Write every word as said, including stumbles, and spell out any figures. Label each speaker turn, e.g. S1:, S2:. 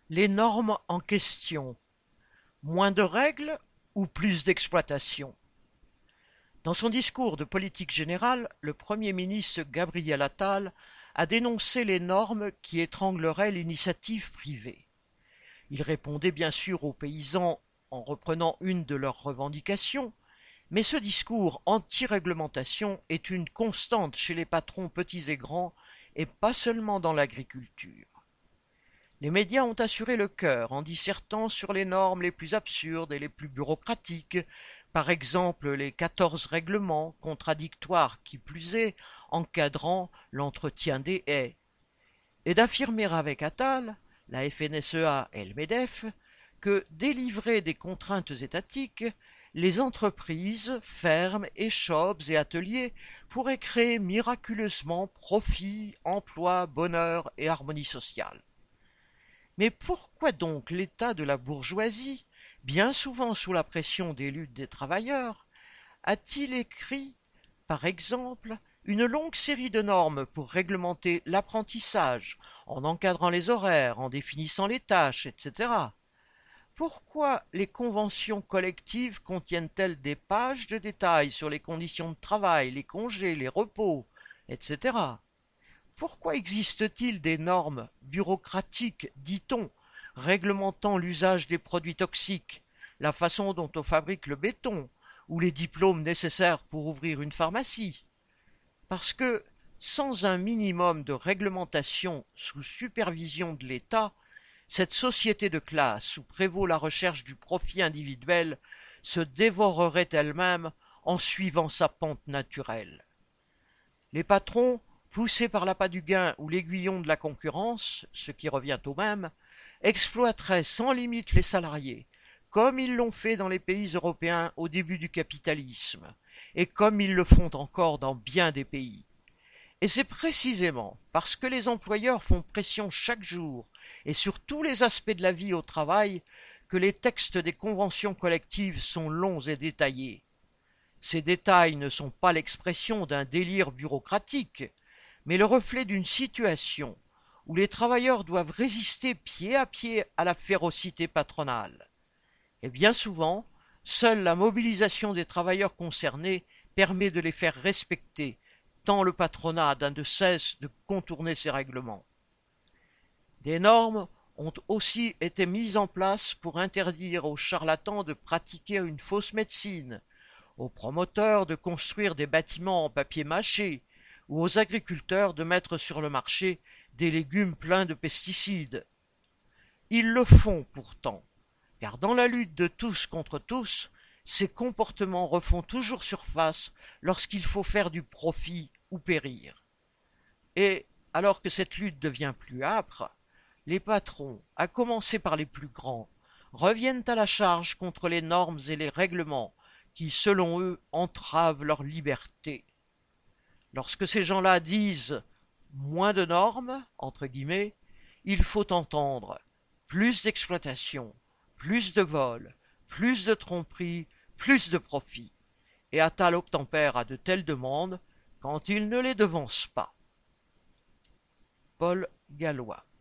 S1: Les normes en question: moins de règles ou plus d'exploitation? Dans son discours de politique générale, le Premier ministre Gabriel Attal a dénoncé les normes qui étrangleraient l'initiative privée. Il répondait bien sûr aux paysans en reprenant une de leurs revendications, mais ce discours anti-réglementation est une constante chez les patrons petits et grands, et pas seulement dans l'agriculture. Les médias ont assuré le cœur en dissertant sur les normes les plus absurdes et les plus bureaucratiques, par exemple les quatorze règlements contradictoires qui plus est encadrant l'entretien des haies, et d'affirmer avec Attal, la F N S E A et le MEDEF, que, délivrées des contraintes étatiques, les entreprises, fermes, échoppes et ateliers pourraient créer miraculeusement profit, emploi, bonheur et harmonie sociale. Mais pourquoi donc l'État de la bourgeoisie, bien souvent sous la pression des luttes des travailleurs, a-t-il écrit, par exemple, une longue série de normes pour réglementer l'apprentissage, en encadrant les horaires, en définissant les tâches, et cetera? Pourquoi les conventions collectives contiennent-elles des pages de détails sur les conditions de travail, les congés, les repos, et cetera? Pourquoi existe-t-il des normes bureaucratiques, dit-on, réglementant l'usage des produits toxiques, la façon dont on fabrique le béton, ou les diplômes nécessaires pour ouvrir une pharmacie? Parce que, sans un minimum de réglementation sous supervision de l'État, cette société de classe où prévaut la recherche du profit individuel se dévorerait elle-même en suivant sa pente naturelle. Les patrons, poussés par l'appât du gain ou l'aiguillon de la concurrence, ce qui revient au même, exploiteraient sans limite les salariés, comme ils l'ont fait dans les pays européens au début du capitalisme, et comme ils le font encore dans bien des pays. Et c'est précisément parce que les employeurs font pression chaque jour et sur tous les aspects de la vie au travail que les textes des conventions collectives sont longs et détaillés. Ces détails ne sont pas l'expression d'un délire bureaucratique, mais le reflet d'une situation où les travailleurs doivent résister pied à pied à la férocité patronale. Et bien souvent, seule la mobilisation des travailleurs concernés permet de les faire respecter, tant le patronat n'a de cesse de contourner ces règlements. Des normes ont aussi été mises en place pour interdire aux charlatans de pratiquer une fausse médecine, aux promoteurs de construire des bâtiments en papier mâché, ou aux agriculteurs de mettre sur le marché des légumes pleins de pesticides. Ils le font pourtant, car dans la lutte de tous contre tous, ces comportements refont toujours surface lorsqu'il faut faire du profit ou périr. Et, alors que cette lutte devient plus âpre, les patrons, à commencer par les plus grands, reviennent à la charge contre les normes et les règlements qui, selon eux, entravent leur liberté. Lorsque ces gens-là disent moins de normes, entre guillemets, il faut entendre plus d'exploitation, plus de vol, plus de tromperie, plus de profit. Et Attal obtempère à de telles demandes quand il ne les devance pas. Paul Gallois.